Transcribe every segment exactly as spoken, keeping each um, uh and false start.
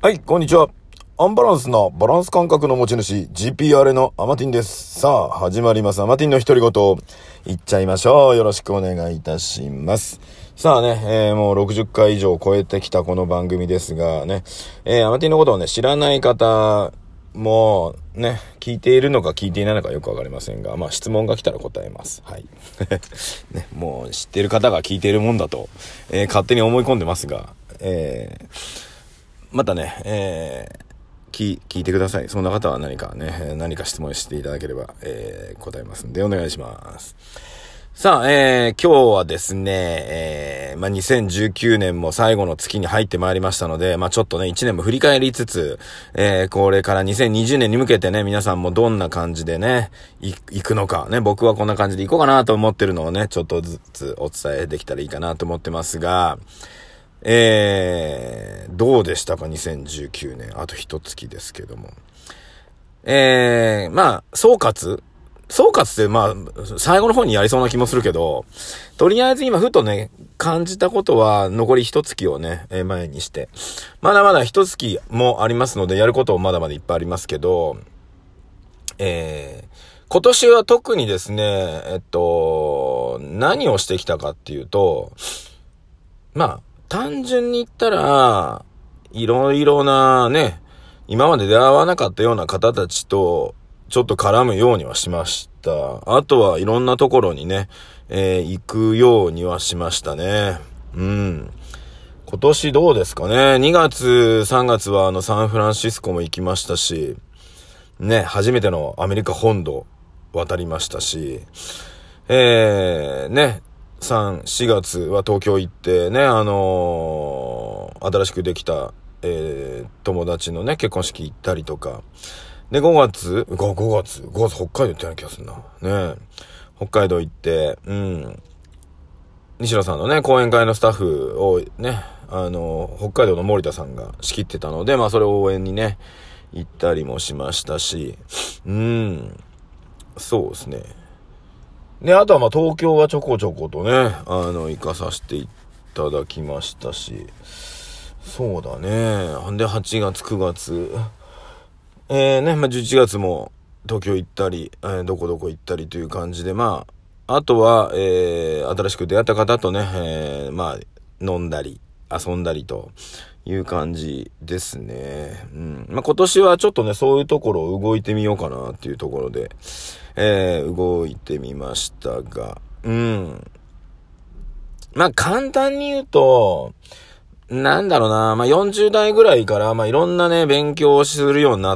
はい、こんにちは。アンバランスなバランス感覚の持ち主、ジーピーアール のアマティンです。さあ、始まります。アマティンの独り言、言っちゃいましょう。よろしくお願いいたします。さあね、えー、もうろくじゅっかい以上超えてきたこの番組ですがね、えー、アマティンのことをね、知らない方もね、聞いているのか聞いていないのかよくわかりませんが、まあ質問が来たら答えます。はい。ね、もう知っている方が聞いているもんだと、えー、勝手に思い込んでますが、えー、またね、えー、聞、聞いてください。そんな方は何かね、何か質問していただければ、えー、答えますんでお願いします。さあ、えー、今日はですね、えー、まあ、にせんじゅうきゅうねんも最後の月に入ってまいりましたので、まあ、ちょっとね、いちねんも振り返りつつ、えー、これからにせんにじゅうねんに向けてね、皆さんもどんな感じでね、い、行くのか、ね、僕はこんな感じで行こうかなと思ってるのをね、ちょっとずつお伝えできたらいいかなと思ってますが、えー、どうでしたかにせんじゅうきゅうねん。あと一月ですけども。えー、まあ、総括総括ってまあ、最後の方にやりそうな気もするけど、とりあえず今ふとね、感じたことは残り一月をね、えー、前にして。まだまだ一月もありますので、やることもまだまだいっぱいありますけど、えー、今年は特にですね、えっと、何をしてきたかっていうと、まあ、単純に言ったら、いろいろなね、今まで出会わなかったような方たちと、ちょっと絡むようにはしました。あとはいろんなところにね、えー、行くようにはしましたね。うん。今年どうですかね。にがつ、さんがつはあのサンフランシスコも行きましたし、ね、初めてのアメリカ本土渡りましたし、えー、ね、さん、しがつは東京行ってね、あのー、新しくできた、えー、友達のね、結婚式行ったりとか。で、ごがつ、ごがつ、ごがつ北海道行ってない気がするな。ね、北海道行って、うん。西野さんのね、講演会のスタッフをね、あのー、北海道の森田さんが仕切ってたので、まあそれを応援にね、行ったりもしましたし、うん。そうですね。で、あとはまあ東京はちょこちょことね、あの、行かさせていただきましたし、そうだね。で、はちがつ、くがつ、えーね、まあじゅういちがつも東京行ったり、えー、どこどこ行ったりという感じで、まあ、あとは、えー、新しく出会った方とね、えー、まあ、飲んだり、遊んだりという感じですね。うん。まあ今年はちょっとね、そういうところを動いてみようかなっていうところで、えー、動いてみましたが、うん。まあ簡単に言うと、なんだろうな、まあよんじゅうだいぐらいから、まあいろんなね、勉強をするようになって、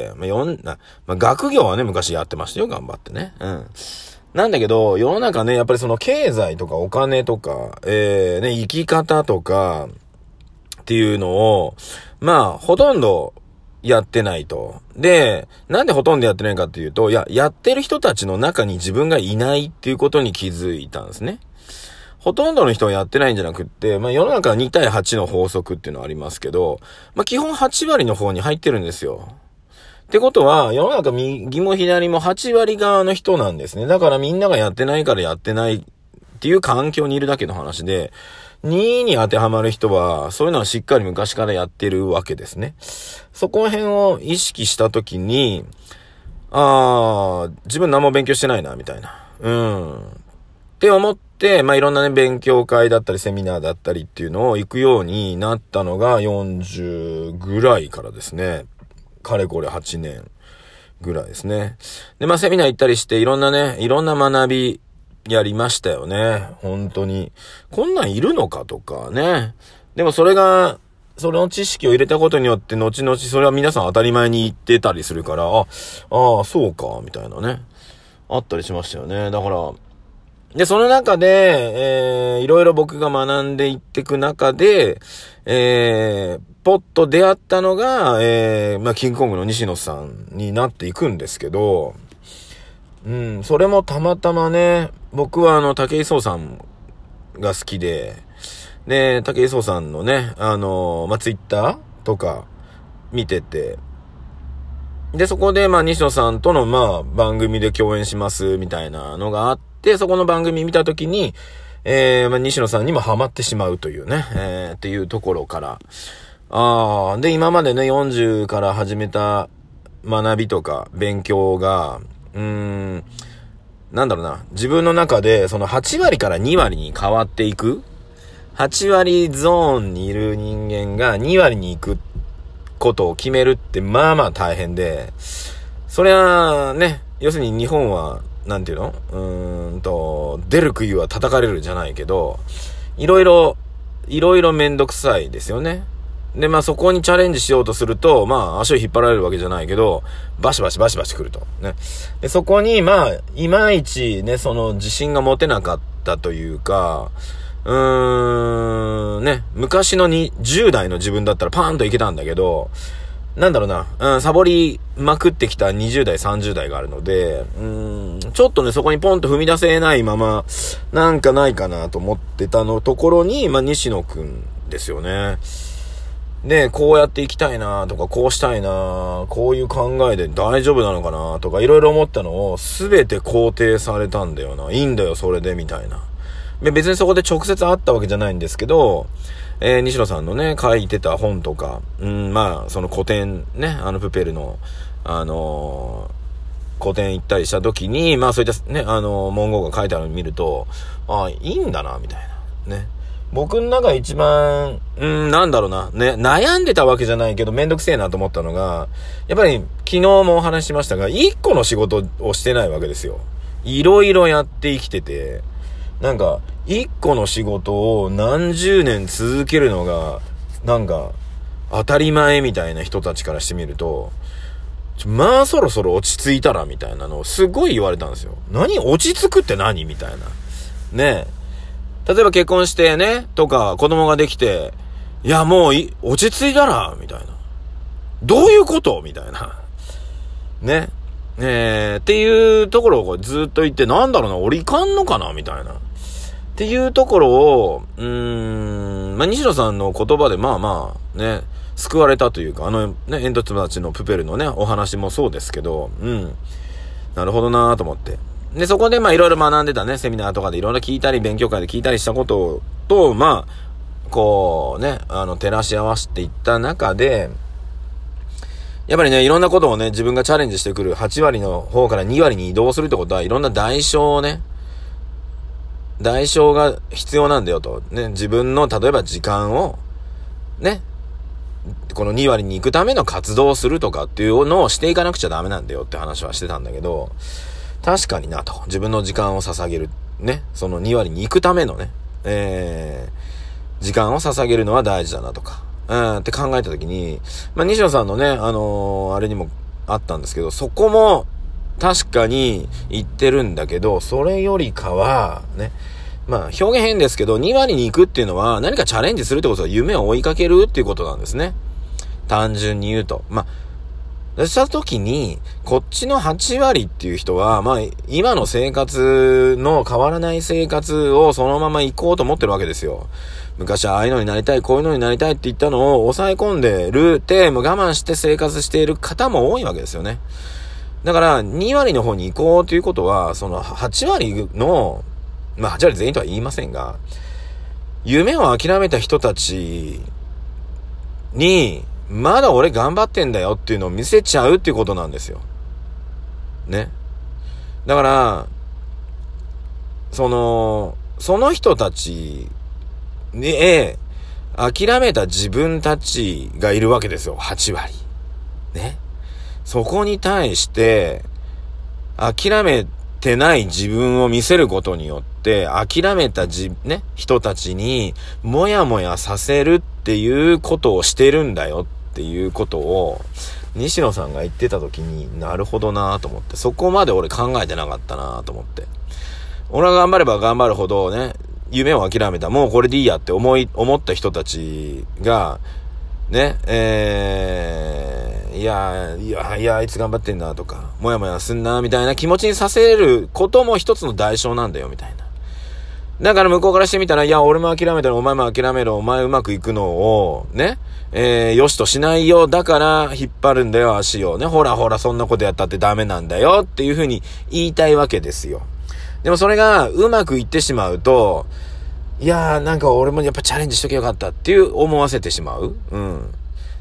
まあよん、まあ学業はね、昔やってましたよ、頑張ってね。うん。なんだけど、世の中ね、やっぱりその経済とかお金とか、えー、ね、生き方とか、っていうのを、まあ、ほとんどやってないと。で、なんでほとんどやってないかっていうと、いや、やってる人たちの中に自分がいないっていうことに気づいたんですね。ほとんどの人はやってないんじゃなくって、まあ世の中はにたいはちの法則っていうのはありますけど、まあ基本はちわりの方に入ってるんですよ。ってことは、世の中右も左もはちわり側の人なんですね。だからみんながやってないからやってないっていう環境にいるだけの話で、にに当てはまる人は、そういうのはしっかり昔からやってるわけですね。そこら辺を意識したときに、あー、自分何も勉強してないな、みたいな。うん。って思って、まあ、いろんなね、勉強会だったり、セミナーだったりっていうのを行くようになったのがよんじゅうぐらいからですね。かれこれはちねんぐらいですね。で、まあ、セミナー行ったりして、いろんなね、いろんな学び、やりましたよね。本当に。こんなんいるのかとかね。でもそれが、その知識を入れたことによって、後々それは皆さん当たり前に言ってたりするから、あ、ああ、そうか、みたいなね。あったりしましたよね。だから、で、その中で、えー、いろいろ僕が学んでいっていく中で、えー、ポッと出会ったのが、えー、まあ、キングコングの西野さんになっていくんですけど、うん、それもたまたまね、僕はあの、武井壮さんが好きで、で、武井壮さんのね、あの、まあ、ツイッターとか見てて、で、そこで、まあ、西野さんとの、まあ、番組で共演します、みたいなのがあって、そこの番組見たときに、えー、まあ、西野さんにもハマってしまうというね、えー、っていうところから、 ああ、で、今までね、よんじゅうから始めた学びとか勉強が、うーん、なんだろうな、自分の中でそのはち割からに割に変わっていく。はち割ゾーンにいる人間がに割に行くことを決めるってまあまあ大変で、それはね、要するに日本は、なんていうのうーんと、出る杭は叩かれるじゃないけど、いろいろ、いろいろめんどくさいですよね。で、まあそこにチャレンジしようとすると、まあ足を引っ張られるわけじゃないけど、バシバシバシバシ来ると。ね。で、そこに、まあ、いまいちね、その自信が持てなかったというか、うーん、ね、昔のにじゅう代の自分だったらパーンといけたんだけど、なんだろうな、うん、サボりまくってきたにじゅう代、さんじゅう代があるので、うーん、ちょっとね、そこにポンと踏み出せないまま、なんかないかなと思ってたのところに、まあ、西野くんですよね。で、こうやっていきたいなとか、こうしたいなこういう考えで大丈夫なのかなとか、いろいろ思ったのを、すべて肯定されたんだよな。いいんだよ、それで、みたいな。で、別にそこで直接会ったわけじゃないんですけど、えー、西野さんのね、書いてた本とか、うん、まあ、その古典ね、あの、プペルの、あのー、古典行ったりした時に、まあ、そういったね、あのー、文言が書いてあるのを見ると、ああ、いいんだな、みたいな。ね。僕の中一番、うん、なんだろうな、ね、悩んでたわけじゃないけど、めんどくせえなと思ったのが、やっぱり、昨日もお話ししましたが、一個の仕事をしてないわけですよ。いろいろやって生きてて、なんか、一個の仕事を何十年続けるのが、なんか、当たり前みたいな人たちからしてみると、まあそろそろ落ち着いたらみたいなのをすごい言われたんですよ。何落ち着くって何みたいな。ねえ。例えば結婚してね、とか子供ができて、いやもうい落ち着いたらみたいな。どういうことみたいな。ね。えー、っていうところをずっと言って、なんだろうな、俺いかんのかなみたいな。っていうところを、うーん、まあ、西野さんの言葉でまあまあね、救われたというか、あのね、煙突町のプペルのね、お話もそうですけど、うん。なるほどなぁと思って。で、そこでまあいろいろ学んでたね、セミナーとかでいろいろ聞いたり、勉強会で聞いたりしたことと、まあ、こうね、あの、照らし合わせていった中で、やっぱりね、いろんなことをね、自分がチャレンジしてくるはち割の方からに割に移動するってことは、いろんな代償をね、代償が必要なんだよと。ね、自分の、例えば時間を、ね、このに割に行くための活動をするとかっていうのをしていかなくちゃダメなんだよって話はしてたんだけど、確かになと。自分の時間を捧げる。ね、そのに割に行くためのね、えー、時間を捧げるのは大事だなとか。うんって考えたときに、まあ、西野さんのね、あのー、あれにもあったんですけど、そこも確かに言ってるんだけど、それよりかは、ね、まあ、表現変ですけど、に割に行くっていうのは何かチャレンジするってことは夢を追いかけるっていうことなんですね。単純に言うと。まあ、したときに、こっちのはち割っていう人は、まあ、今の生活の変わらない生活をそのまま行こうと思ってるわけですよ。昔はああいうのになりたい、こういうのになりたいって言ったのを抑え込んでるて、もう我慢して生活している方も多いわけですよね。だから、に割の方に行こうということは、そのはち割の、まあはち割全員とは言いませんが、夢を諦めた人たちに、まだ俺頑張ってんだよっていうのを見せちゃうっていうことなんですよ。ね。だから、その、その人たちに、え、諦めた自分たちがいるわけですよ。はち割。ね。そこに対して、諦めてない自分を見せることによって、諦めたじ、ね、人たちに、もやもやさせるっていうことをしてるんだよっていうことを、西野さんが言ってた時になるほどなと思って、そこまで俺考えてなかったなと思って。俺が頑張れば頑張るほどね、夢を諦めた、もうこれでいいやって思い、思った人たちが、ね、えー、いや、いや、いや、あいつ頑張ってんなとか、もやもやすんな、みたいな気持ちにさせることも一つの代償なんだよ、みたいな。だから向こうからしてみたら、いや、俺も諦めたら、お前も諦めろ、お前うまくいくのを、ね、えー、よしとしないよ、だから引っ張るんだよ、足をね、ほらほら、そんなことやったってダメなんだよ、っていう風に言いたいわけですよ。でもそれがうまくいってしまうと、いやーなんか俺もやっぱチャレンジしときゃよかったっていう思わせてしまう。うん。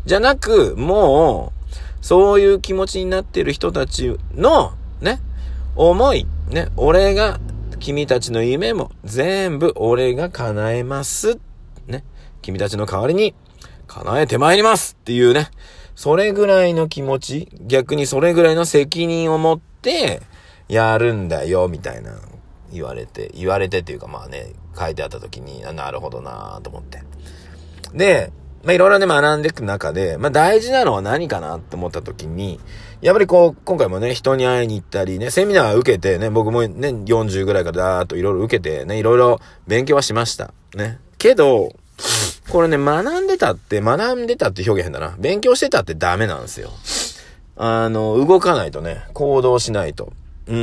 じゃなく、もう、そういう気持ちになっている人たちの、ね、思い、ね、俺が、君たちの夢も全部俺が叶えます。ね、君たちの代わりに叶えてまいりますっていうね、それぐらいの気持ち、逆にそれぐらいの責任を持ってやるんだよ、みたいな言われて、言われてっていうかまあね、書いてあった時に、なるほどなと思って。で、まあいろいろね学んでいく中で、まあ大事なのは何かなって思った時に、やっぱりこう、今回もね、人に会いに行ったりね、セミナー受けてね、僕もね、よんじゅうぐらいからだーっといろいろ受けてね、いろいろ勉強はしました。ね。けど、これね、学んでたって、学んでたって表現変だな。勉強してたってダメなんですよ。あの、動かないとね、行動しないと。うん。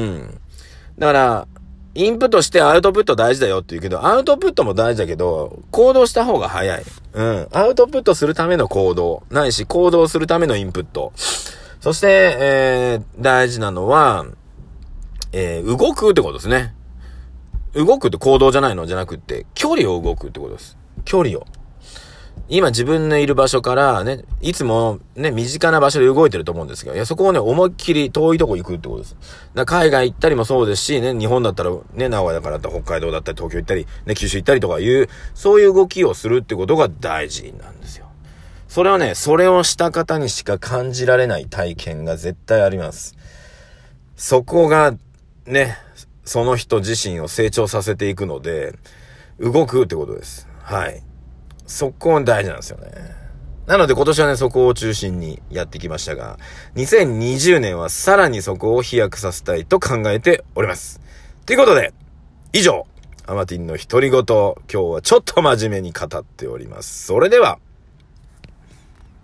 だから、インプットしてアウトプット大事だよって言うけど、アウトプットも大事だけど、行動した方が早い。うん。アウトプットするための行動。ないし、行動するためのインプット。そして、えー、大事なのは、えー、動くってことですね。動くって行動じゃないのじゃなくって、距離を動くってことです。距離を。今自分のいる場所からね、いつもね、身近な場所で動いてると思うんですが、いや、そこをね、思いっきり遠いとこ行くってことです。だから海外行ったりもそうですし、ね、日本だったらね、名古屋だからだったら北海道だったり東京行ったり、ね、九州行ったりとかいう、そういう動きをするってことが大事なんですよ。それはね、それをした方にしか感じられない体験が絶対あります。そこがね、その人自身を成長させていくので、動くってことです。はい。そこが大事なんですよね。なので今年はね、そこを中心にやってきましたが、にせんにじゅうねんはさらにそこを飛躍させたいと考えております。ということで、以上、アマティンの独り言、今日はちょっと真面目に語っております。それでは、